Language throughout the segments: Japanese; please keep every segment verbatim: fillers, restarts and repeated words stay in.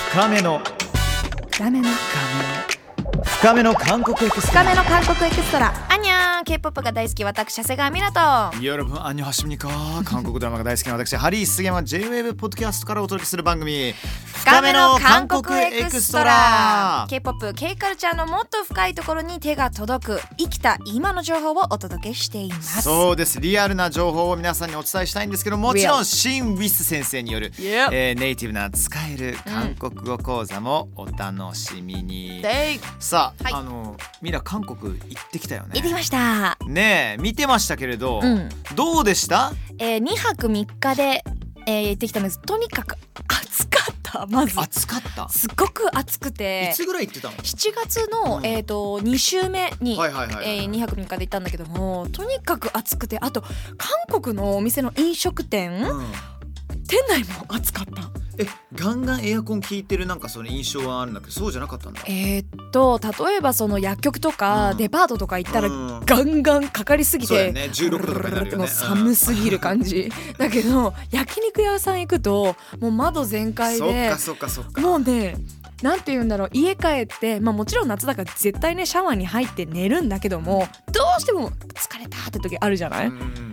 深めの深めの深めの韓国エクストラ。 深めの韓国エクストラ。アニャー K-ポップ が大好き私長谷川ミナとよろぶんアンニョハシミニカ。韓国ドラマが大好きな私ハリー杉山 J-ウェーブ ポッドキャストからお届けする番組深めの韓国エクストラ。 K-ポップ、K カルチャーのもっと深いところに手が届く生きた今の情報をお届けしています。 そうです、リアルな情報を皆さんにお伝えしたいんですけど、もちろんシン・ウィス先生による、 Yep. えー、ネイティブな使える韓国語講座もお楽しみに、 でさあ、 はい、 あのミラ韓国行ってきたよね。 行ってきましたねえ見てましたけれど、 うん、 どうでした？ えー、にはくみっかで、えー、行ってきたんです。とにかく暑かった。まず暑かった。 すっごく暑くて、 いつぐらい行ってたの？ しちがつの、うん、えー、とに週目ににはくみっかで行ったんだけども、とにかく暑くて、あと韓国のお店の飲食店、うん、店内も暑かった。 え、ガンガンエアコン効いてるなんかその印象はあるんだけど、そうじゃなかったんだ。 えー、っと例えばその薬局とかデパートとか行ったら、うん、ガンガンかかりすぎて、 そうだね、じゅうろくどとかになるよね。 寒すぎる感じだけど焼肉屋さん行くともう窓全開で、 そっかそっかそっか、 もうね、なんて言うんだろう、家帰って、まあ、もちろん夏だから絶対ねシャワーに入って寝るんだけども、どうしても疲れたって時あるじゃない、うん、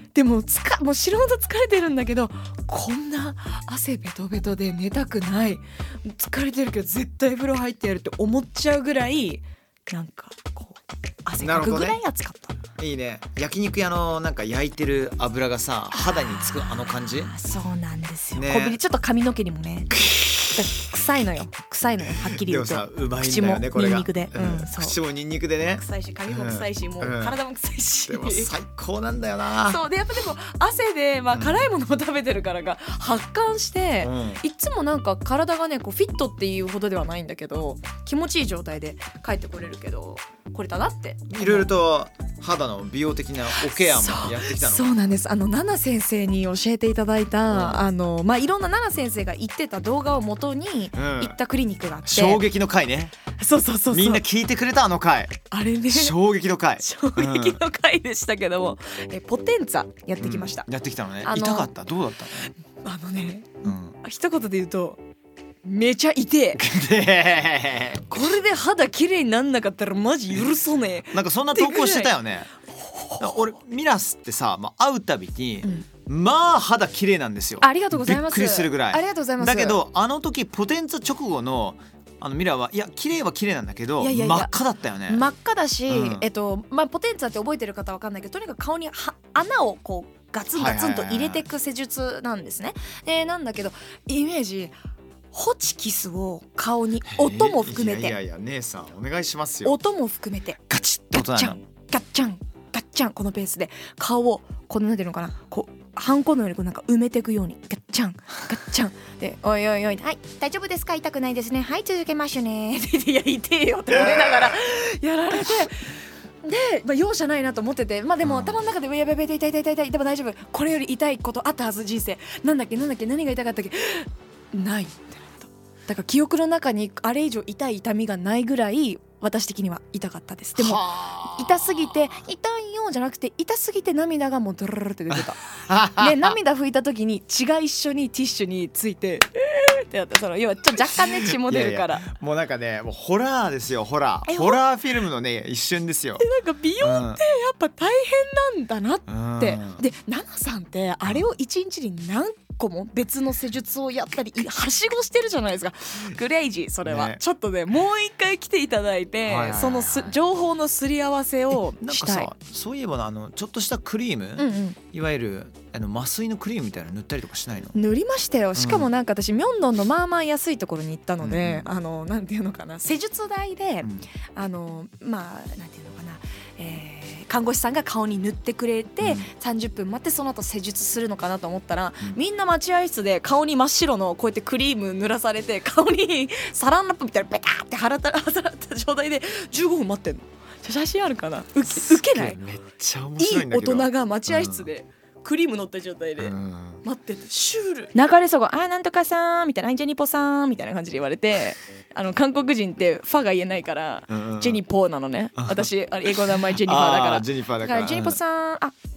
でもつかもう死ぬほど疲れてるんだけど、こんな汗ベトベトで寝たくない、疲れてるけど絶対風呂入ってやるって思っちゃうぐらい、なんかこう汗かくぐらい暑かった。 いいね。焼肉屋のなんか焼いてる油がさ、肌につくあの感じ。 そうなんですよ、ね、こびりちょっと髪の毛にもね臭いのよ臭いのよ、はっきり言うと。 でもさ、うまいんだよねこれが。 口もニンニクで、うん、そう口もニンニクでね、 臭いし髪も臭いし、うん、もう体も臭いし、 うん、でも最高なんだよな。 そうで、やっぱでも汗で、まあ、辛いものも食べてるからが発汗して、うん、いつもなんか体がねこうフィットっていうほどではないんだけど、気持ちいい状態で帰ってこれるけど、これだなって。 いろいろと肌の美容的なおケアもやってきたの。 そうなんです。あのナナ先生に教えていただいた、うん、あのまあいろんなナナ先生が言ってた動画を元に行ったクリニックがあって、 うん、衝撃の回ね。 そうそうそうそう、みんな聞いてくれたあの回。 あれね、 衝撃の回衝撃の回でしたけども、うん、えポテンツァやってきました、 うん、やってきたのね。痛かった？どうだったの？あのね、うん、一言で言うとめちゃ痛えこれで肌綺麗になんなかったらマジ許そうねなんかそんな投稿してたよね。俺ミラスってさ、まあ、会うたびに、うん、まあ肌綺麗なんですよ。 ありがとうございます。 びっくりするぐらい。 ありがとうございます。 だけどあの時ポテンツ直後のあのミラはいや綺麗は綺麗なんだけど、いやいやいや真っ赤だったよね。 真っ赤だし、うん、えっとまあポテンツァって覚えてる方は分かんないけど、とにかく顔には穴をこうガツンガツンと入れていく施術なんですね。でなんだけどイメージホチキスを顔に音も含めて、 いやいやいや姉さんお願いしますよ。 音も含めてガチッと音なの。 ガッチャンガッチャンこのペースで顔をこのなんていうのかな、こうハンコのようにこうなんか埋めていくようにガッチャンガッチャンで、おいおいおい、はい大丈夫ですか、痛くないですね、はい続けましょうねいや痛えよって思いながらやられてで、まあ、容赦ないなと思ってて、まあでも頭の中でやべやべ痛い痛い痛い痛い痛い、でも大丈夫、これより痛いことあったはず人生、なんだっけなんだっけ何が痛かったっけないってなった。だから記憶の中にあれ以上痛い痛みがないぐらい私的には痛かったです。でも痛すぎて痛いよじゃなくて、痛すぎて涙がもうドルルルって出てたで涙拭いた時に血が一緒にティッシュについてえーってやった。その要はちょっと若干ね血も出るから、いやいやもうなんかね、もうホラーですよ。ホラーホラーフィルムのね一瞬ですよ。 なんか美容ってやっぱ大変なんだなって、うん、でナナさんってあれを一日に何個も別の施術をやったりはしごしてるじゃないですか。クレイジーそれは、ね、ちょっとねもう一回来ていただいて、はいはいはい、そのす情報のすり合わせをしたい。 なんかさ、そういえばあのちょっとしたクリーム、うんうん、いわゆるあの麻酔のクリームみたいなの塗ったりとかしないの？ 塗りましたよ。しかもなんか私、うん、ミョンドンのまあまあ安いところに行ったので、うんうん、あのなんていうのかな、施術台で、うん、あのまあなんていうのかな、えー看護師さんが顔に塗ってくれて、うん、さんじゅっぷん待ってその後施術するのかなと思ったら、うん、みんな待合室で顔に真っ白のこうやってクリーム塗らされて、顔にサランラップみたいなベターって貼られた状態でじゅうごふん待ってんの。写真あるかな。ウケ、ウケない？ めっちゃ面白いんだけど。 いい大人が待合室で、うん、クリーム乗った状態で待ってて、シュール流れそごあなんとかさんみたいな、ジェニポさんみたいな感じで言われてあの韓国人ってファが言えないから、うん、ジェニポーなのね。私あれ英語の名前ジェニファーだからジェニファーだからジェニポさん、あ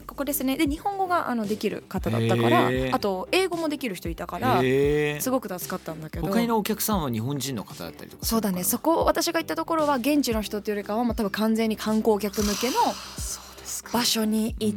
ここですね。で日本語があのできる方だったから、 へーあと英語もできる人いたからへーすごく助かったんだけど、 他のお客さんは日本人の方だったりとかすそうだね、 るのかな。 そこ私が行ったところは現地の人っていうよりかはもう多分完全に観光客向けのそうですか。 場所に行って、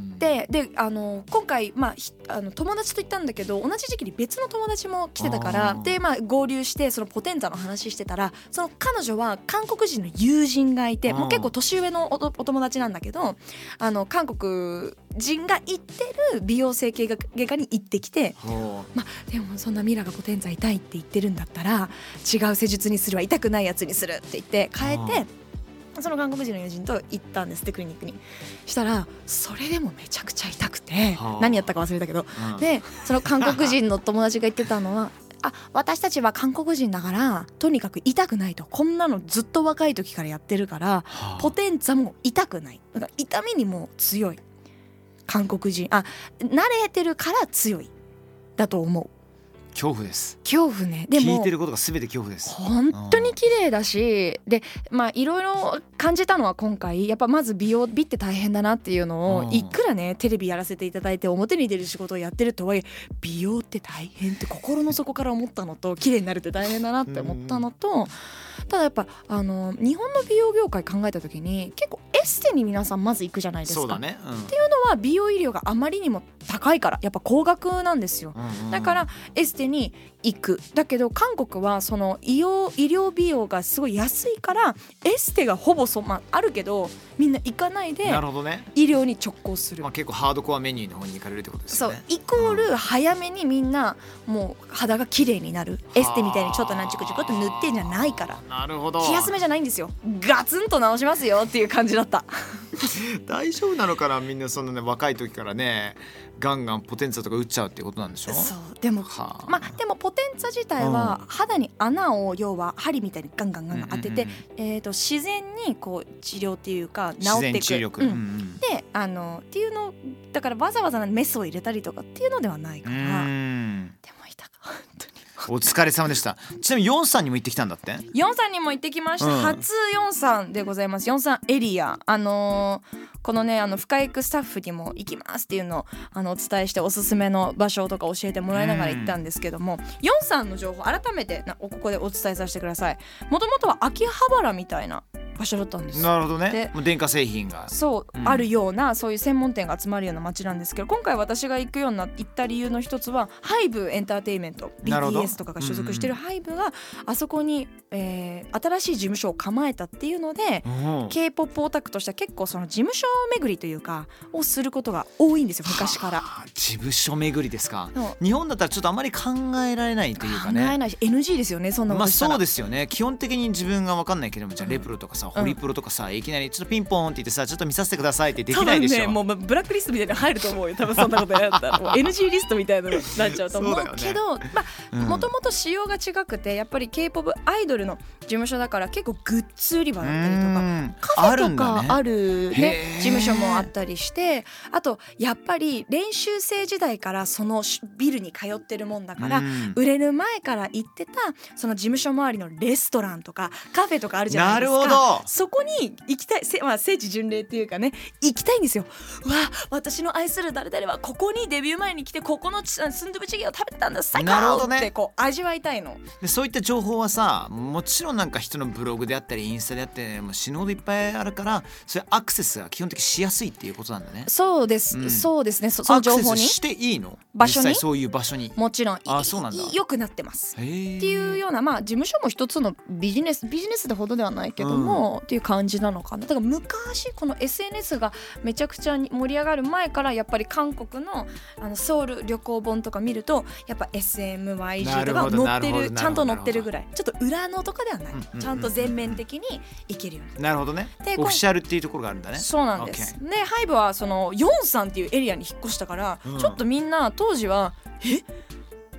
であの今回、まあ、ひあの友達と行ったんだけど同じ時期に別の友達も来てたからあーで、まあ、合流してそのポテンザの話してたらその彼女は韓国人の友人がいてあーもう結構年上のおとお友達なんだけどあの韓国人が行ってる美容整形外科に行ってきて、 ほまあ、でもそんなミラがポテンザ痛いって言ってるんだったら違う施術にするわ痛くないやつにするって言って変えてその韓国人の友人と行ったんですってクリニックにしたらそれでもめちゃくちゃ痛くてはあ何やったか忘れたけどう、うんでその韓国人の友達が言ってたのはあ私たちは韓国人だからとにかく痛くないとこんなのずっと若い時からやってるからはあポテンツァも痛くないだから痛みにも強い韓国人あ慣れてるから強いだと思う恐怖です。 恐怖ねでも聞いてることが全て恐怖です。 本当に綺麗だしでまあいろいろ感じたのは今回やっぱまず美容美って大変だなっていうのうんをいくらねテレビやらせていただいて表に出る仕事をやってるとはいえ美容って大変って心の底から思ったのと綺麗になるって大変だなって思ったのとただやっぱあの日本の美容業界考えた時に結構エステに皆さんまず行くじゃないですか。 そうだね。うんっていうのは美容医療があまりにも高いからやっぱ高額なんですよ。 うんうんだからエステに行くだけど韓国はその医療、医療美容がすごい安いからエステがほぼそ、まあ、あるけどみんな行かないでなるほどね。 医療に直行する、 まあ、結構ハードコアメニューの方に行かれるってことですそうよね。 イコール早めにみんなもう肌が綺麗になるエステみたいにちょっとなチクチクっと塗ってんじゃないからなるほど。 気休めじゃないんですよガツンと直しますよっていう感じだった大丈夫なのかなみんなそんなね若い時からねガンガンポテンツァとか打っちゃうってことなんでしょ。 そうでもはあまあでもポテンツァ自体は肌に穴を要は針みたいにガンガンガンガン当てて、 うんうんえー、と自然にこう治療っていうか治自然っていく治癒力、 ううんんであのっていうのだからわざわざメスを入れたりとかっていうのではないかうん、うら、 んでもいたか本当にお疲れ様でした。ちなみにヨンさんにも行ってきたんだって。 ヨンさんにも行ってきました、 うん初ヨンさんでございます。ヨンさんエリアあのーこのねあの深井区スタッフにも行きますっていうのをあのお伝えしておすすめの場所とか教えてもらいながら行ったんですけども、ヨンさんの情報改めてなここでお伝えさせてください。もともとは秋葉原みたいな場所だったんです。 なるほどねで。 もう電化製品がそう、 うんあるようなそういう専門店が集まるような街なんですけど今回私が行くようにな行った理由の一つはハイブエンターテインメントなるほどビーティーエス とかが所属してるハイブがあそこに、えー新しい事務所を構えたっていうので、 うん K-ポップ オタクとしては結構その事務所巡りというかをすることが多いんですよ昔から。 はあ事務所巡りですか。 そう日本だったらちょっとあまり考えられないというか考えね。 ないし エヌジー ですよねそんなこまあとしたら。 そうですよね。基本的に自分が分かんないけれどもじゃあうんレプロとかさ、 んホリプロとかさいきなりちょっとピンポンって言ってさちょっと見させてくださいってできないでしょ。 多分ねもうブラックリストみたいに入ると思うよ多分そんなことやったらもう エヌジー リストみたいなのになっちゃうと思うそうだよねけど、まあうんもともと仕様が違くてやっぱり K-ポップ アイドルの事務所だから結構グッズ売り場だったりとかうんカあフェとかるんだね。 あるねへー事務所もあったりしてあとやっぱり練習生時代からそのビルに通ってるもんだから、 うん売れる前から行ってたその事務所周りのレストランとかカフェとかあるじゃないですか。 なるほどそこに行きたい、せまあ、聖地巡礼っていうかね行きたいんですよ。うわ私の愛する誰々はここにデビュー前に来てここのスンドゥブチゲを食べてたんだ最高なるほどねってこう味わいたいの。 でそういった情報はさもちろんなんか人のブログであったりインスタであったりもう死ぬほどいっぱいあるからそれアクセスが基本的にしやすいっていうことなんだね。 そうです、 うんそうですね そ, その情報にアクセスしていいの場所に実際そういう場所に。 もちろんあそうなんだ良くなってます。 へーっていうようなまあ事務所も一つのビジネスビジネスってほどではないけども、っていう感じなのかな。だから昔この エスエヌエス がめちゃくちゃ盛り上がる前からやっぱり韓国のあのソウル旅行本とか見るとやっぱ エスエムワイジー とか載ってなるほどなるほどるちゃんと載ってるぐらいちょっと裏のとかではない、 うんうんうんちゃんと全面的にいけるように。 なるほどね。 でオフィシャルっていうところがあるんだね。 そうなんです。でハイブはそのヨンさんっていうエリアに引っ越したから、 うんちょっとみんな当時はえ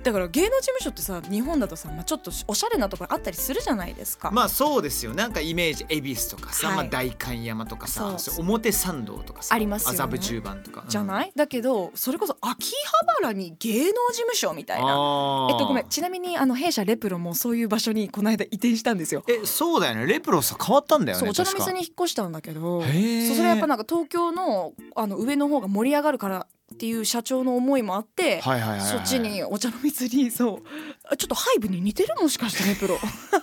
だから芸能事務所ってさ日本だとさ、まあ、ちょっとおしゃれなところあったりするじゃないですか。 まあそうですよ。なんかイメージ恵比寿とかさ、 はいまあ、代官山とかさ、 そうそう表参道とかさありますよね麻布十番とか、うんじゃないだけどそれこそ秋葉原に芸能事務所みたいな。 あーえっとごめんちなみにあの弊社レプロもそういう場所にこの間移転したんですよ。 えそうだよね。レプロさ変わったんだよね。 そうお茶の確か水に引っ越したんだけど、 へーそうそれやっぱなんか東京のあの上の方が盛り上がるからっていう社長の思いもあって、 はいはいはいはい、 そっちにお茶の水にそうあちょっとハイブに似てるもしかしてレプロ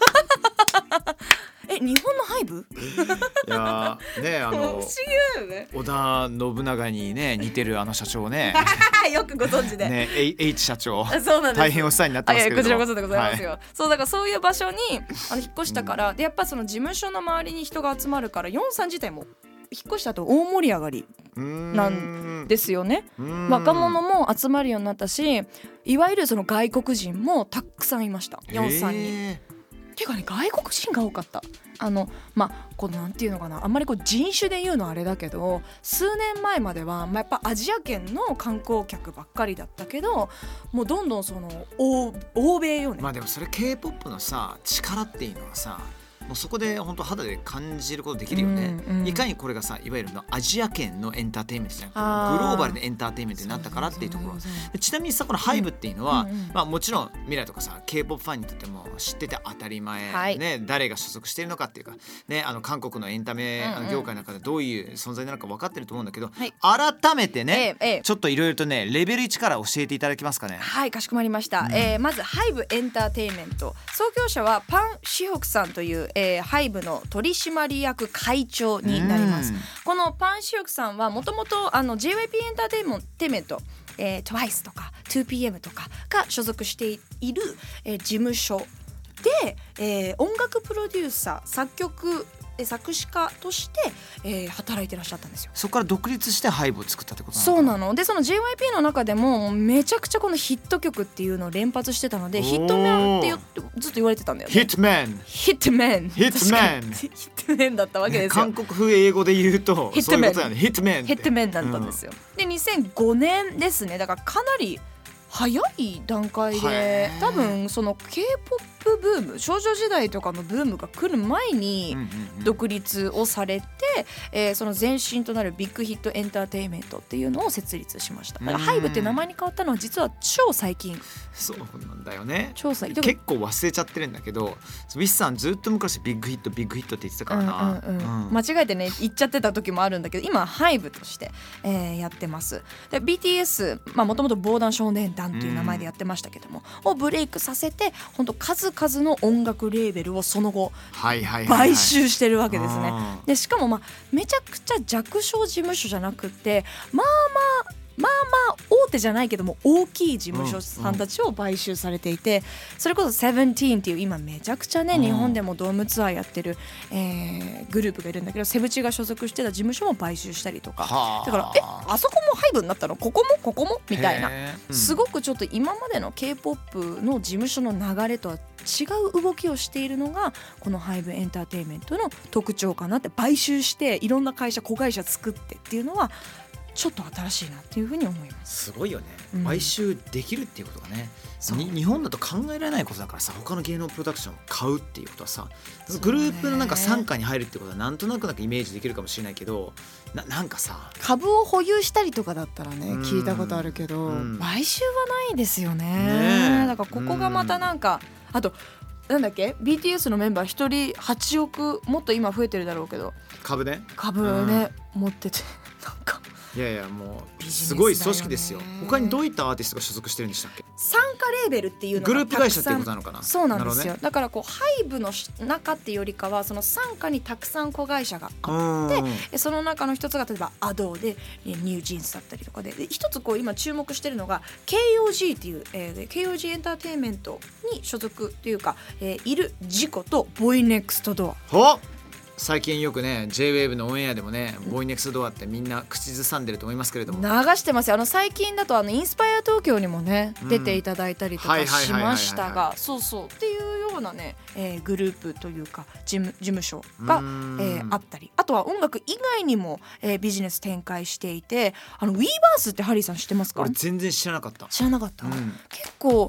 え日本のハイブいやーねあ不思の議だよね織田信長にね似てるあの社長ねよくご存知で、 ね H 社長あそうなんです。 大変お世話になってますけれども、 あいやこちらこそでございますよ、 はそうだからそういう場所にあの引っ越したから、でやっぱその事務所の周りに人が集まるからヨンさん自体も引っ越した後大盛り上がりうーんなんですよね。 うーん若者も集まるようになったし、いわゆるその外国人もたくさんいましたヨンさんに。 へていうかね外国人が多かった。あのまあこうなんていうのかなあんまりこう人種で言うのはあれだけど数年前までは、まあ、やっぱアジア圏の観光客ばっかりだったけどもうどんどんその欧欧米よね、 ーまあでもそれ K-ポップ のさ力っていうのはさもうそこで本当肌で感じることできるよね、 うんうんいかにこれがさいわゆるのアジア圏のエンターテインメントじゃなくてあーグローバルなエンターテインメントになったからっていうところそうそうそうそうでちなみにさこのハイブっていうのは、 うんうんまあ、もちろん未来とかさ K-ポップ ファンにとっても知ってて当たり前、 はいね、誰が所属しているのかっていうか、ね、あの韓国のエンタメうんうん業界の中でどういう存在なのか分かってると思うんだけど、 はい改めてね、 ええええちょっといろいろとねレベルいちから教えていただけますかね。 はいかしこまりました、 うんえーまずハイブエンターテインメント創業者はパン・シホクさんという、えーハイブの取締役会長になります。 うんこのパン・シホクさんはもともと ジェイワイピー エンターテインメント、えー、トワイスとか ツーピーエム とかが所属している、えー事務所で、えー音楽プロデューサー作曲えー作詞家として、えー働いてらっしゃったんですよ。 そこから独立してハイブを作ったってことなのかな。 そうなのでその ジェイワイピー の中でもめちゃくちゃこのヒット曲っていうのを連発してたのでおーヒットメンってよずっと言われてたんだよね。 ヒットマンヒットメンヒットメン確かにヒットメンだったわけですよ。 韓国風英語で言うとヒットメンそういうことだよね。ヒットメンヒットメンだったんですよ、でにせんごねんですねだからかなり早い段階はでい多分その K-ポップ ブーム少女時代とかのブームが来る前にうんうんうん独立をされて、えーその前身となるビッグヒットエンターテインメントっていうのを設立しました。だからうんハイブって名前に変わったのは実は超最近そうなんだよね。 超最近結構忘れちゃってるんだけどウィスさんずっと昔ビッグヒットビッグヒットって言ってたからな、 うんうんうんうん間違えてね言っちゃってた時もあるんだけど今ハイブとして、えーやってますで ビーティーエス まあもともと防弾少年団という名前でやってましたけども、をブレイクさせて本当数々の音楽レーベルをその後はいはいはいはい買収してるわけですね。 あーでしかもまあめちゃくちゃ弱小事務所じゃなくてまあまあまあまあ大手じゃないけども大きい事務所さんたちを買収されていて、それこそセブンティーンっていう今めちゃくちゃねうん日本でもドームツアーやってる、えーグループがいるんだけどセブチが所属してた事務所も買収したりとかはあだからえあそこもハイブになったのここもここもみたいなへーうんすごくちょっと今までの K-ポップ の事務所の流れとは違う動きをしているのがこのハイブエンターテインメントの特徴かなって。買収していろんな会社子会社作ってっていうのはちょっと新しいなっていうふうに思いますすごいよね、 うん買収できるっていうことがねそうに日本だと考えられないことだからさ他の芸能プロダクションを買うっていうことはさそうねグループのなんか傘下に入るってことはなんとなくなんかイメージできるかもしれないけど な, なんかさ株を保有したりとかだったらねうん聞いたことあるけどうん買収はないですよねねえだからここがまたなんかあとなんだっけ ビーティーエス のメンバーひとりはちおくもっと今増えてるだろうけど株ね株ね持っててなんかいやいやもうビジネスすごい組織ですよだよね他にどういったアーティストが所属してるんでしたっけ。 参加レーベルっていうのがグループ会社っていうたくさんことなのかな。 そうなんですよ、 なるほだからこうハイブの中っていうよりかはその傘下にたくさん子会社があってどねでその中の一つが例えばアドーでニュージーンズだったりとかでで一つこう今注目してるのが ケーオージー っていう、えーで ケーオージー エンターテインメントに所属というか、えーいるジコとボーイネクストドア。 ほっ最近よくね ジェイウェーブ のオンエアでもねボーイネクストドアってみんな口ずさんでると思いますけれども流してますよ。あの最近だとあのインスパイア東京にもね、 うん出ていただいたりとはいかしはいはいはいはいましたがそうそうっていうようなね、えーグループというか事務事務所が、 うーんえーあったりあとは音楽以外にも、えービジネス展開していてあの ウィーバースってハリーさん知ってますか。 俺全然知らなかった。 知らなかった、 うん結構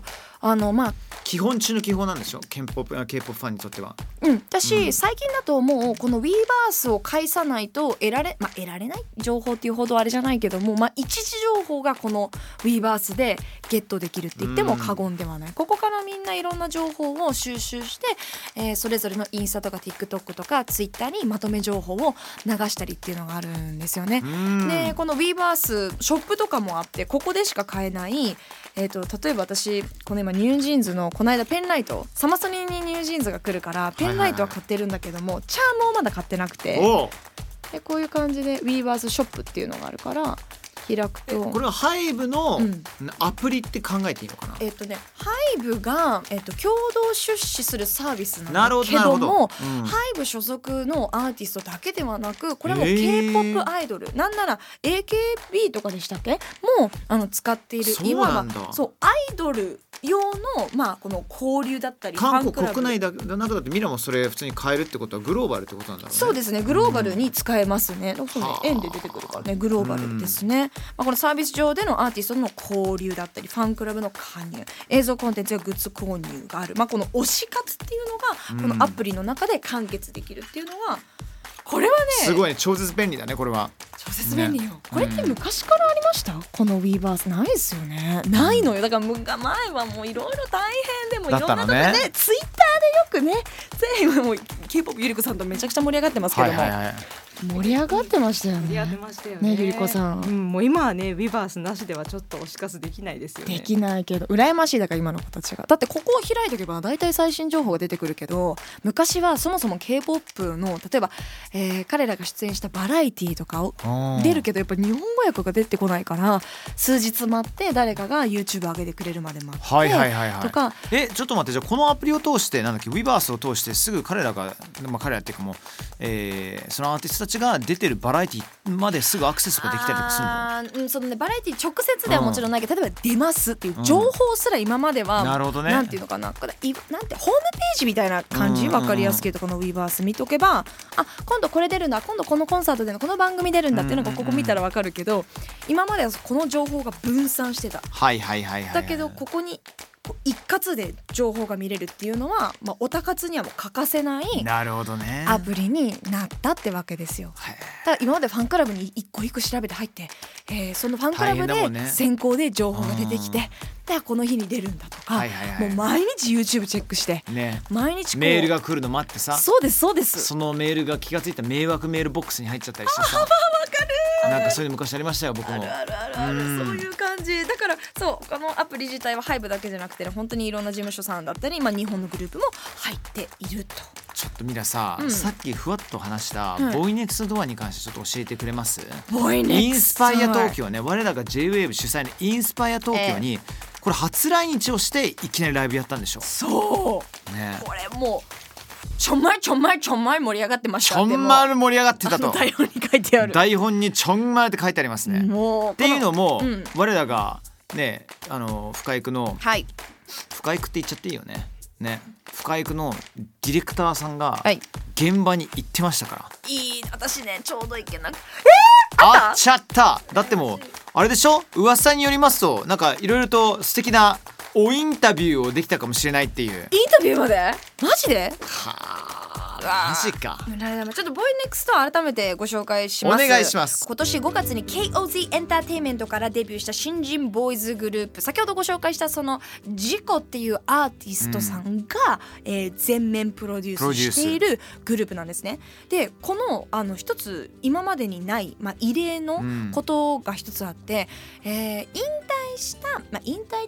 あのまあ基本中の基本なんでしょ K-ポップ、K-ポップ ファンにとっては。 うん私、 うん最近だともうこの Weverse を介さないと得られ、まあ、得られない情報っていうほどあれじゃないけども、まあ、一時情報がこの Weverse でゲットできるって言っても過言ではない、ここからみんないろんな情報を収集して、えーそれぞれのインスタとか TikTok とか Twitter にまとめ情報を流したりっていうのがあるんですよね。 うんでこの Weverse ショップとかもあってここでしか買えない、えー、と例えば私この今ニュージーンズのこの間ペンライトサマソニにニュージーンズが来るからペンライトは買ってるんだけども、チャームをまだ買ってなくて、 おうでこういう感じで Weverse ショップっていうのがあるから開くとこれはハイブのうんアプリって考えていいのかな。 えっ、とねハイブが、えー、と共同出資するサービスなんなるほだけどなるほどども、 うんハイブ所属のアーティストだけではなくこれはもうへー K-ポップ アイドル、なんなら エーケービー とかでしたっけもうあの使っているそういわなんだばそうアイドル用の、まあ、この交流だったり韓国ファンクラブ国内だなんかだってミラもそれ普通に買えるってことはグローバルってことなんだろうね。 そうですねグローバルに使えますね、そうねはあ円で出てくるからねグローバルですね、まあ、このサービス上でのアーティストの交流だったりファンクラブの加入映像コンテンツやグッズ購入がある、まあ、この推し活っていうのがこのアプリの中で完結できるっていうのはこれはねすごいね超絶便利だねこれは。 超絶便利よ、 ねこれって昔からありました、この Weverse ないですよね、ないのよだからむ前はもういろいろ大変でもいろんなとこで、 だったのねツイッターでよくね今もう K-ポップ ゆりこさんとめちゃくちゃ盛り上がってますけども、 はいはいはい。 盛り上がってましたよねやってましたよね。 ねゆりこさんうん、もう今はねWeverseなしではちょっと推し活できないですよね。 できないけど羨ましいだから今の子たちがだってここを開いておけば大体最新情報が出てくるけど昔はそもそも K-ポップ の例えば、えー彼らが出演したバラエティとかを出るけどやっぱ日本語訳が出てこないから数日待って誰かが YouTube 上げてくれるまで待って、 はいはいはいはいとかえちょっと待ってじゃあこのアプリを通してなんだっけ Weverse を通してすぐ彼らが、まあ、彼らっていうかもう、えーそのアーティストたちが出てるバラエティまですぐアクセスができたりとかするの。 あーうんそのねバラエティ直接ではもちろんないけど、例えば出ますっていう情報すら今までは、 なるほどね。 なんていうのかなこれいなんてホームページみたいな感じうん分かりやすく言うとこの Weverse 見とけばあ今度これ出るんだ今度このコンサートでのこの番組出るんだっていうのがここ見たら分かるけど今まではこの情報が分散してたはいはいはいはいはい。 だけどここにこう一括で情報が見れるっていうのは、まあ、オタ活にはもう欠かせないなるほどね。 アプリになったってわけですよ。 はいただ今までファンクラブに一個一個調べて入って、えーそのファンクラブで大変だもんね先行で情報が出てきて、 うんでこの日に出るんだとか、 はいはいはいもう毎日 YouTube チェックしてね毎日こうメールが来るの待ってさそうですそうですそのメールが気がついた迷惑メールボックスに入っちゃったりしてさなんかそういうの昔ありましたよ僕も。 あるあるあるあるうんそういう感じだからそうこのアプリ自体はハイブだけじゃなくて本当にいろんな事務所さんだったり、まあ、日本のグループも入っていると。 ちょっとミラさ、 うんさっきふわっと話したはいボーイネクストドアに関してちょっと教えてくれます？ ボーイネインクストスパイア東京ね我らが ジェイウェーブ 主催のインスパイア東京に、これ初来日をしていきなりライブやったんでしょ。 そうねこれもうちょんまいちょんまいちょんまい盛り上がってましちょたってんまる盛り上がってたあのと台本に書いてある台本にちょんまるって書いてありますね。っもうていうのも、 うん我らがねあの深井区のはい深井区って言っちゃっていいよね。ね深井区のディレクターさんがはい現場に行ってましたから。 いい私ねちょうどいけなくあっちゃっただってもうあれでしょ噂によりますとなんかいろいろと素敵なおインタビューをできたかもしれないっていう。 インタビューまでマジではうわあマジか。 ちょっとボーイネクスト改めてご紹介しますお願いします。 今年ごがつに ケーオーゼット エンターテインメントからデビューした新人ボーイズグループ先ほどご紹介したそのジコっていうアーティストさんが、えー全面プロデュースしているグループなんですね。でこのあの一つ今までにない、まあ、異例のことが一つあって、えー引退した、まあ、引退って、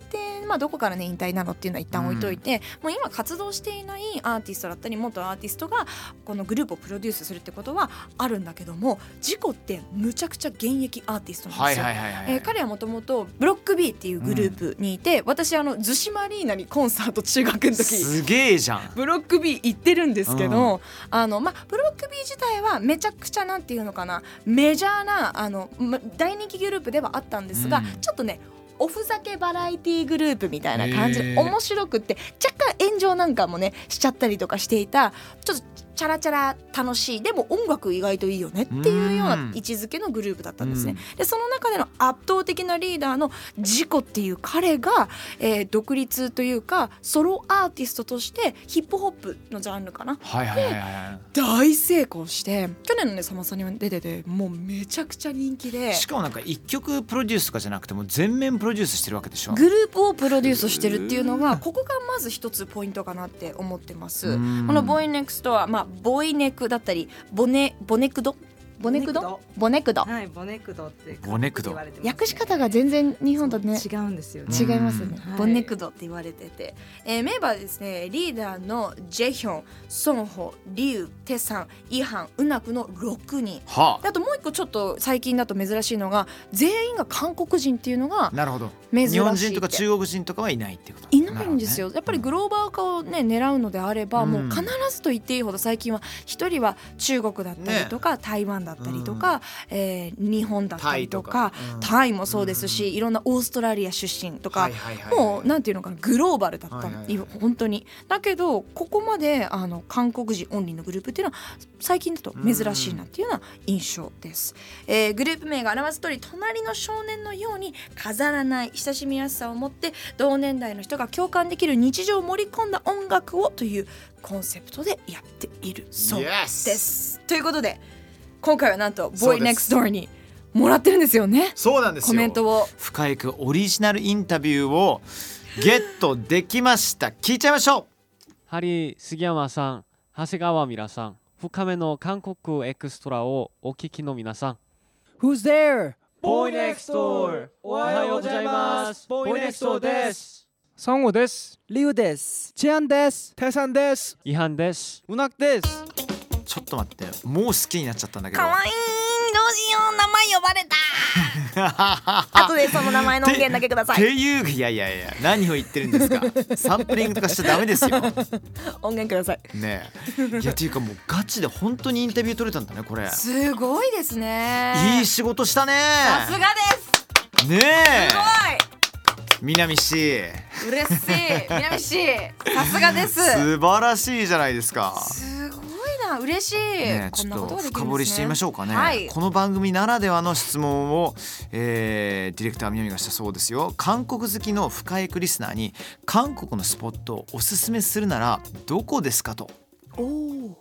まあ、どこからね引退なのっていうのは一旦置いといて、もう今活動していないアーティストだったり元アーティストがこのグループをプロデュースするってことはあるんだけどもジコってむちゃくちゃ現役アーティストなんはいですよ。 はいはいはい、 えー彼はもともとブロック B っていうグループにいて、私あの逗子マリーナにコンサート中学の時すげえじゃん。 ブロック B 行ってるんですけど、あのまあ、ブロック B 自体はめちゃくちゃなんていうのかなメジャーなあのま大人気グループではあったんですが、 うんちょっとねおふざけバラエティグループみたいな感じでへー面白くって若干炎上なんかもねしちゃったりとかしていたちょっとチャラチャラ楽しいでも音楽意外といいよねっていうような位置づけのグループだったんですね。でその中での圧倒的なリーダーのジコっていう彼が、えー、独立というかソロアーティストとしてヒップホップのジャンルかな、 はいはいはいはい、 大成功して去年のねサマソニに出ててもうめちゃくちゃ人気で、 しかもなんか一曲プロデュースとかじゃなくても全面プロデュースしてるわけでしょ。 グループをプロデュースしてるっていうのがここがまず一つポイントかなって思ってます。このボイネクストはまあボイネクだったりボネボネクドボネクドボネクドはい、ボネクドってボネクド訳し方が全然日本とね違うんですよね。 違いますよね、 はい、 ボネクドって言われてて、えー、メンバーですね、リーダーのジェヒョン、ソンホ、リュウ、テサン、イハン、ウナクのろくにん、 はあ、 あともう一個ちょっと最近だと珍しいのが全員が韓国人っていうのがなるほど、 珍しいって。 日本人とか中国人とかはいないっていうこといないんですよ、ね、やっぱりグローバル化をね狙うのであれば、うん、もう必ずと言っていいほど最近は一人は中国だったりとか、ね、台湾だったりとか、うん、えー、日本だったりとかタイとか、うん、タイもそうですし、うん、いろんなオーストラリア出身とか、はいはいはいはい、もうなんていうのかなグローバルだったの、はいはいはい、本当に。だけどここまであの韓国人オンリーのグループっていうのは最近だと珍しいなっていうような印象です、うん、えー、グループ名が表す通り隣の少年のように飾らない親しみやすさを持って同年代の人が共感できる日常を盛り込んだ音楽をというコンセプトでやっているそうです、yes! ということで今回はなんとボーイネクストドアにもらってるんですよね。 そうなんですよ。 コメントを深井くんオリジナルインタビューをゲットできました。聞いちゃいましょう。 ハリー杉山さん、長谷川ミラさん、深めの韓国エクストラをお聞きの皆さん。 Who's there? Boy Next Door。おはようございます。Boy Next Doorです。 ソンゴです。リュウです。チェアンです。テサンです。 イハンです。 ウナクです。 ちょっと待って、もう好きになっちゃったんだけど。 かわいい、どうしよう、名前呼ばれた後でその名前の音源だけください。 っていういやいやいや何を言ってるんですか。サンプリングとかしちゃダメですよ。 音源くださいねえ。いやっていうかもうガチで本当にインタビュー取れたんだねこれ。 すごいですね。 いい仕事したね。 さすがです。 ねえ。 すごい。 南氏嬉しい。南氏さすがです。 素晴らしいじゃないですか。 すごいな、嬉しい、 ね、 こんなことができるんですね。 ちょっと深掘りしてみましょうかね、 はい、 この番組ならではの質問を、えー、ディレクター南がしたそうですよ。韓国好きの深井クリスナーに韓国のスポットをおすすめするならどこですかと。 오.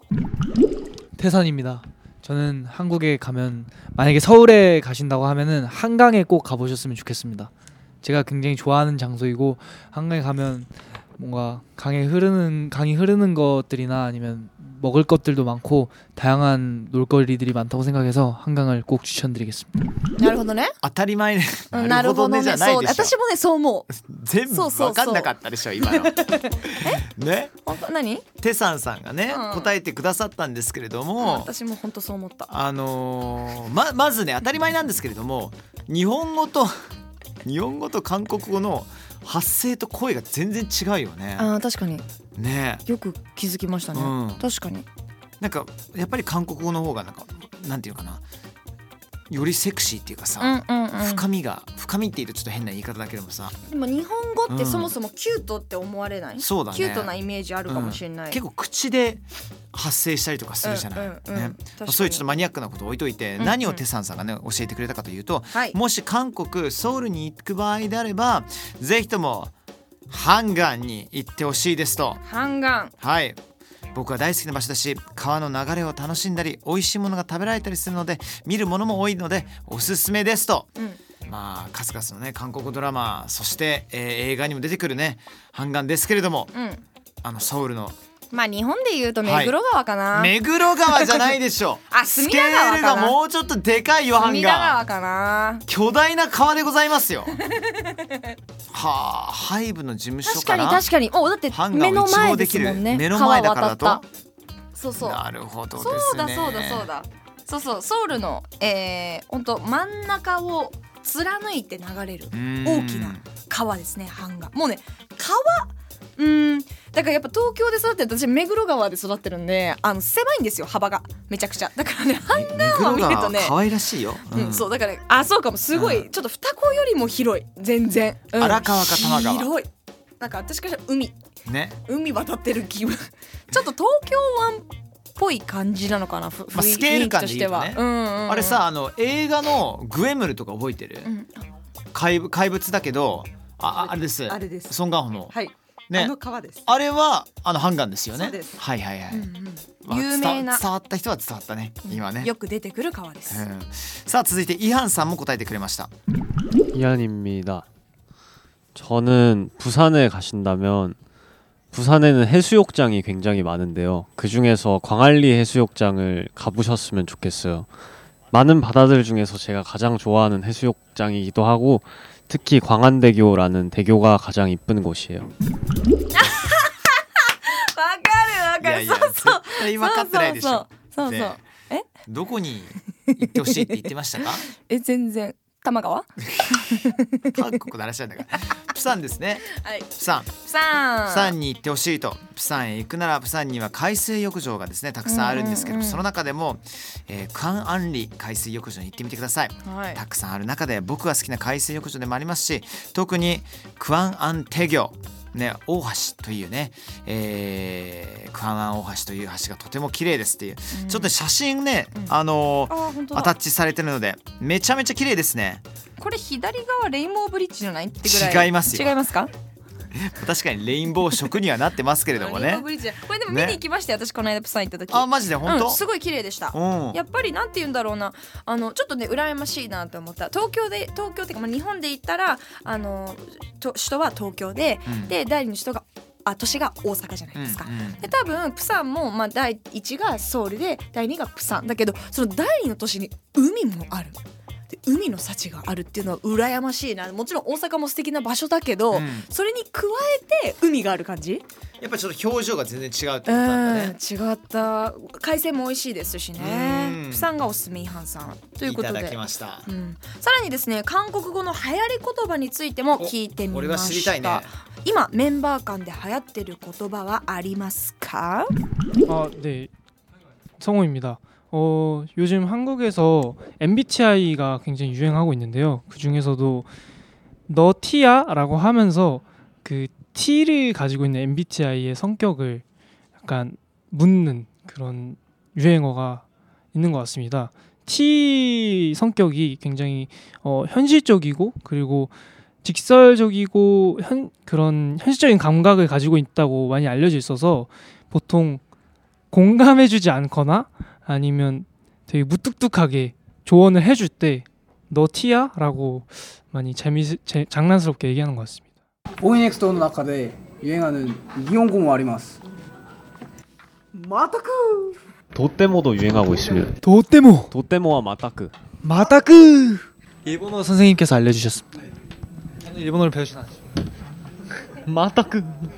태산입니다. 저는 한국에 가면 만약에 서울에 가신다고 하면은 한강에 꼭 가보셨으면 좋겠습니다. 제가 굉장히 좋아하는 장소이고 한강에 가면 뭔가 강에 흐르는 강이 흐르는 것들이나 아니면 먹을 것들도 많고 다양한 놀거리들이 많다고 생각해서 한강을 꼭 추천드리겠습니다. なるほどね。 当たり前ね。 なるほどね。 じゃないでしょ。 私もねそう思う。 全部分かんなかったでしょ今の。ね。 何？ テサンさんがね、 うん、 答えてくださったんですけれども、 私も本当そう思った。 あのー、ままずね当たり前なんですけれども、日本語と日本語と韓国語の発声と声が全然違うよね。 あ、確かにね、 よく気づきましたね、うん、確かに。 なんかやっぱり韓国語の方がなんかなんていうかな、よりセクシーっていうかさ、うんうんうん、深みが深みって言うとちょっと変な言い方だけどもさ、 でも日本語ってそもそもキュートって思われない、うん、 そうだね、 キュートなイメージあるかもしれない、 うん、結構口で発声したりとかするじゃない、うんうんうん、ね、そういうちょっとマニアックなことを置いといて、うんうん、何をテサンさんがね教えてくれたかというと、はい、もし韓国ソウルに行く場合であればぜひともハンガンに行ってほしいですと。 ハンガン、 はい、僕は大好きな場所だし川の流れを楽しんだり美味しいものが食べられたりするので見るものも多いのでおすすめですと、うん、まあ数々のね韓国ドラマそして、えー、映画にも出てくるねハンガンですけれども、うん、あのソウルのまあ日本で言うと目黒川かな、 はい、目黒川じゃないでしょあ、隅田川かな、 スケールがもうちょっとでかいよ。ハンガン隅田川かな、 巨大な川でございますよはあ、ハイブの事務所から確かに確かに、おだって目の前ですもんね。 目の前だからだと、 そうそう、 なるほどですね。 そうだそうだそうだそうそう、ソウルの、えー、本当真ん中を貫いて流れる大きな川ですね、ハンガン。もうね川、うーん、だからやっぱ東京で育ってる、私目黒川で育ってるんで、あの狭いんですよ幅がめちゃくちゃ。だからねハンガンを見るとね可愛らしいよ、 うんうん、そうだから、あ、そうかも、すごい、うん、ちょっと二子よりも広い全然、 うん、荒川か多摩川広い。なんか私からしたら海ね、 海渡ってる気分ちょっと東京湾っぽい感じなのかな、ふまあスケール感で言うとね雰囲気としては、うんうんうん、 あれさ、あの映画のグエムルとか覚えてる、 うん、 怪物怪物だけど、ああれですあれですソン・ガンホの、 はい、 ね、 あの川です。 あれはあのハンガンですよね。 そうです。 はいはいはい、 うんうん、 まあ有名な伝伝わった人は伝わったね今ね、 よく出てくる川でうす。 ん、さあ続いてイハンさんも答えてくれました。 이한입니다. 저는 부산에 가신다면 부산에는 해수욕장이 굉장히 많은데요. 그 중에서 광안리 해수욕장을 가보셨으면 좋겠어요. 많은 바다들 중에서 제가 가장 좋아하는 해수욕장이기도 하고 특히 광안대교라는 대교가 가장 이쁜 곳이에요. わかるわかる、 いやいやそうそう絶対分かってないでしょ。 そうそうそうそう、 ねえどこに行ってほしいって言ってましたか？ え全然玉川韓国の話なんだからプサンですね。 はい、 プサンプサンプサンに行ってほしいと。プサンへ行くならプサンには海水浴場がですねたくさんあるんですけど、 うんうんうん、 その中でも、えー、クアンアンリ海水浴場に行ってみてください。 はい、 たくさんある中で僕が好きな海水浴場でもありますし、特にクアンアンテ魚ね、大橋というね、えー、クアンアン大橋という橋がとても綺麗ですっていう、うん、ちょっと写真ね、うん、あのー、アタッチされてるのでめちゃめちゃ綺麗ですね。 これ左側レインボーブリッジじゃないってぐらい。 違いますよ。 違いますか？ 確かにレインボー色にはなってますけれどもね。 これでも見に行きましたよ、ね、私この間プサン行った時。 あ、マジで本当、 うん、すごい綺麗でした、うん、やっぱりなんて言うんだろうな、あのちょっとね羨ましいなと思った。東京で東京っていうか、まあ、日本で言ったらあのと首都は東京で、うん、で第二の首都があ都市が大阪じゃないですか、うんうん、で多分プサンも、まあ、第一がソウルで第二がプサンだけど、その第二の都市に海もある、海の幸があるっていうのは羨ましいな。もちろん大阪も素敵な場所だけど、うん、それに加えて海がある感じ。 やっぱりちょっと表情が全然違うってことなんだね。 違った。海鮮も美味しいですしね。プサンがおすすめイハンさんということでいただきました、 うん、さらにですね韓国語の流行り言葉についても聞いてみました。 俺は知りたいね。 今メンバー間で流行ってる言葉はありますか？ 아, 네. 성우입니다. 어, 요즘 한국에서 엠비티아이가 굉장히 유행하고 있는데요. 그 중에서도 너 T야? 라고 하면서 그 T를 가지고 있는 엠비티아이의 성격을 약간 묻는 그런 유행어가 있는 것 같습니다. T 성격이 굉장히 어, 현실적이고 그리고 직설적이고 현, 그런 현실적인 감각을 가지고 있다고 많이 알려져 있어서 보통 공감해주지 않거나 아니면 되게 무뚝뚝하게 조언을 해줄 때 너 T야? 라고 많이 재미, 제, 장난스럽게 얘기하는 것 같습니다. 오이넥스트の中で 유행하는 일본어もあります. 마타쿠. 도떼모도 유행하고 있습니다. 도떼모. 도떼모와 마타크. 마타크. 일본어 선생님께서 알려주셨습니다. 일본어를 배우시나요? 마타크.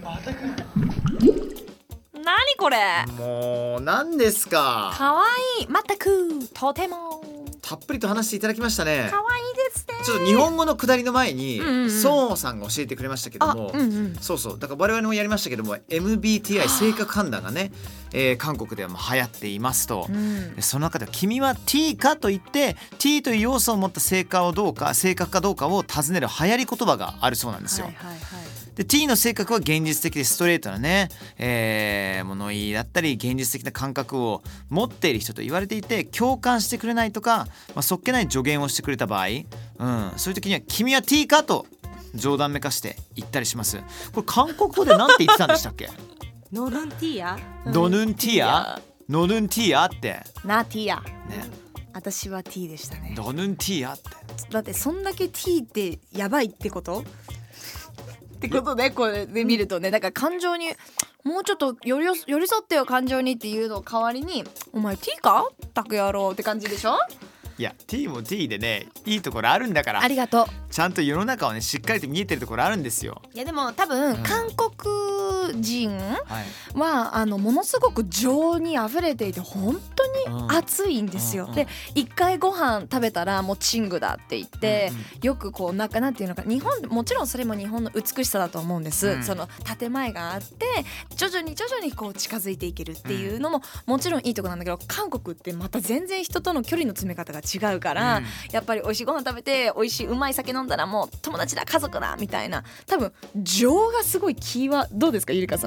何これ？ もう何ですか？ かわいい。またくとてもたっぷりと話していただきましたね。 かわいいですね。 ちょっと日本語の下りの前に、 うんうん、 ソーさんが教えてくれましたけども、 うんうん、 そうそうだから我々もやりましたけども エムビーティーアイ 性格判断がね、えー、韓国ではもう流行っていますと、うん、その中では君は T かと言って T という要素を持った性格をどうか性格かどうかを尋ねる流行り言葉があるそうなんですよ。はいはいはい。で T の性格は現実的でストレートなね、えー、物言いだったり現実的な感覚を持っている人と言われていて共感してくれないとか、まあ、そっけない助言をしてくれた場合、うん、そういう時には君は T かと冗談めかして言ったりします。これ韓国語でなんて言ってたんでしたっけ？ ノヌンティアノヌンティアノヌンティアってナティア、 ね、 私は T でしたね。 ノヌンティアってだってそんだけ T ってやばいってことってことでこれで見るとね、だから感情にもうちょっと寄り寄り添ってよ感情にっていうの代わりにお前 T かタク野郎って感じでしょ。 いや T も T でねいいところあるんだから。 ありがとう。 ちゃんと世の中をねしっかりと見えてるところあるんですよ。 いやでも多分、うん、韓国人は、はい、あのものすごく情にあふれていて本当に熱いんですよ、うん、で一回ご飯食べたらもうチングだって言って、うんうん、よくこうなんかなんていうのか日本もちろんそれも日本の美しさだと思うんです、うん、その建前があって徐々に徐々にこう近づいていけるっていうのももちろんいいとこなんだけど韓国ってまた全然人との距離の詰め方が違うから、うん、やっぱり美味しいご飯食べて美味しいうまい酒飲んだらもう友達だ家族だみたいな多分情がすごいキーワードどうですかゆりかさんありま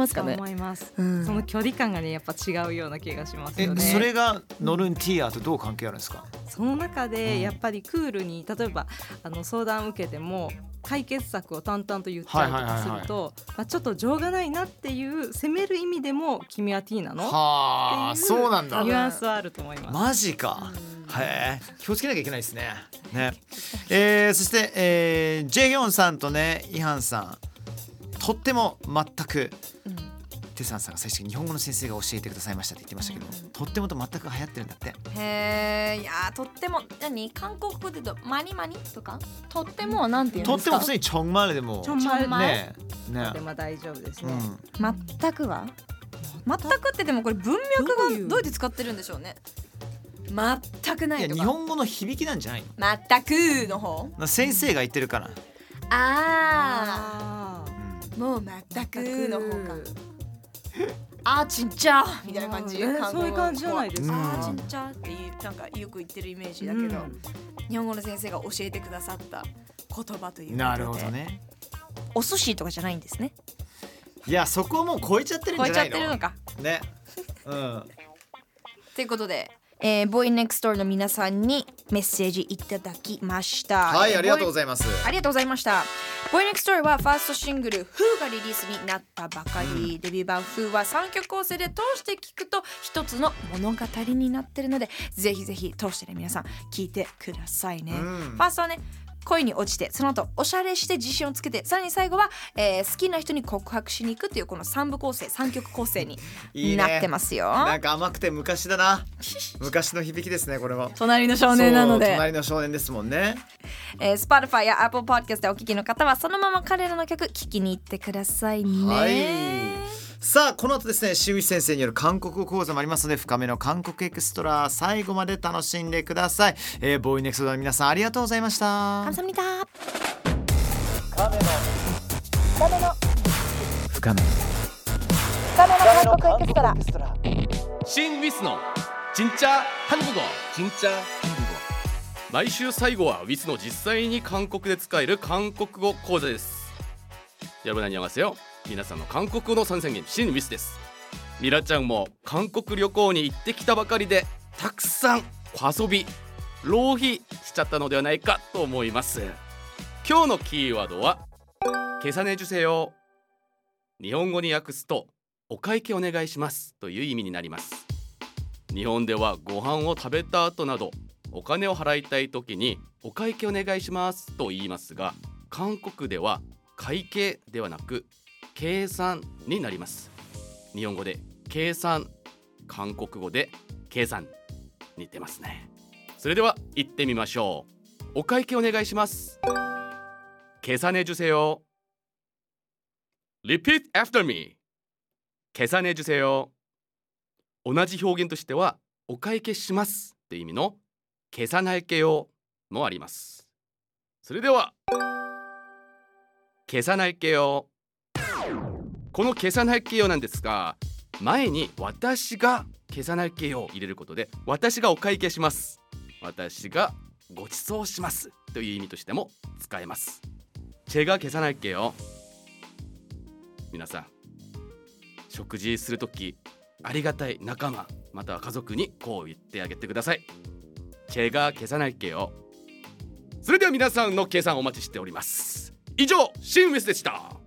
ますかね。 思います、 うん、 その距離感がねやっぱ違うような気がしますよね。 えそれがノルンティアとどう関係あるんですか？ その中でやっぱりクールに例えばあの相談を受けても解決策を淡々と言っちゃうとかすると、まあ、ちょっと情がないなっていう責める意味でも君は T なのはあ、そうなんだ。 ニュアンスはあると思います。 マジか。へえ、気をつけなきゃいけないですね。ね。えー、そして、えー、ジェギョンさんとねイハンさんとっても全く、うん、テサンさんが最初に日本語の先生が教えてくださいましたって言ってましたけど、うん、とってもと全く流行ってるんだって。 へえ、いやとっても何韓国語で言うとマニマニとかとってもはなんて言うんですか？ とっても普通にチョンマルでもチョンマルねねでも大丈夫ですね、 うん、全くは全くってでもこれ文脈がどうやって使ってるんでしょうね。全くないとか。 いや日本語の響きなんじゃないの？全くの方？ 先生が言ってるから。 ああ、うん、もう全くの方か。あーちんちゃみたいな感じ、 そういう感じじゃないですか。 あーちんちゃっていうなんかよく言ってるイメージだけど、うん、日本語の先生が教えてくださった言葉ということで。 なるほどね。 お寿司とかじゃないんですね。 いやそこをもう超えちゃってるんじゃないの？ 超えちゃってるのかね。うんということで、えー、ボーイネクストドアの皆さんにメッセージいただきました。 はい、ありがとうございます。 ありがとうございました。ボーイネクストドアはファーストシングル Who がリリースになったばかり、うん、デビュー版 Who はさんきょく構成で通して聴くと一つの物語になってるので、ぜひぜひ通してね皆さん聴いてくださいね、うん、ファーストはね恋に落ちて、その後おしゃれして自信をつけて、さらに最後は、えー、好きな人に告白しに行くというこのさんぶ構成さんきょく構成になってますよ。 いいね、なんか甘くて昔だな昔の響きですね。これは隣の少年なので隣の少年ですもんね、 えー、Spotify や Apple Podcast でお聴きの方はそのまま彼らの曲聴きに行ってくださいね。はい、 さあこの後ですね、新内先生による韓国語講座もありますので、深めの韓国エクストラ最後まで楽しんでください。えー、ボーイネクストドアの皆さんありがとうございました。 감사합니다。 深めの深めの深め深めの韓国エクストラ新ウィスの진짜 한국어 진짜 한국어。毎週最後はウィスの実際に韓国で使える韓国語講座です。여러분 안녕하세요。皆さんの韓国語の参戦員新ウィスです。ミラちゃんも韓国旅行に行ってきたばかりでたくさん遊び浪費しちゃったのではないかと思います。今日のキーワードは계산해주세요。日本語に訳すとお会計お願いしますという意味になります。日本ではご飯を食べた後などお金を払いたい時にお会計お願いしますと言いますが、韓国では会計ではなく計算になります。日本語で計算、韓国語で計算、似てますね。それでは行ってみましょう。お会計お願いします。계산해주세요。 Repeat after me。 계산해주세요。 同じ表現としてはお会計しますって意味の계산할게요もあります。それでは계산할게요。この계산할게요なんですが、前に私が계산할게요を入れることで私がお会計します、私がご馳走しますという意味としても使えます。제가 계산할게요。皆さん食事するときありがたい仲間または家族にこう言ってあげてください。제가 계산할게요。それでは皆さんの計算お待ちしております。以上、シンウェスでした。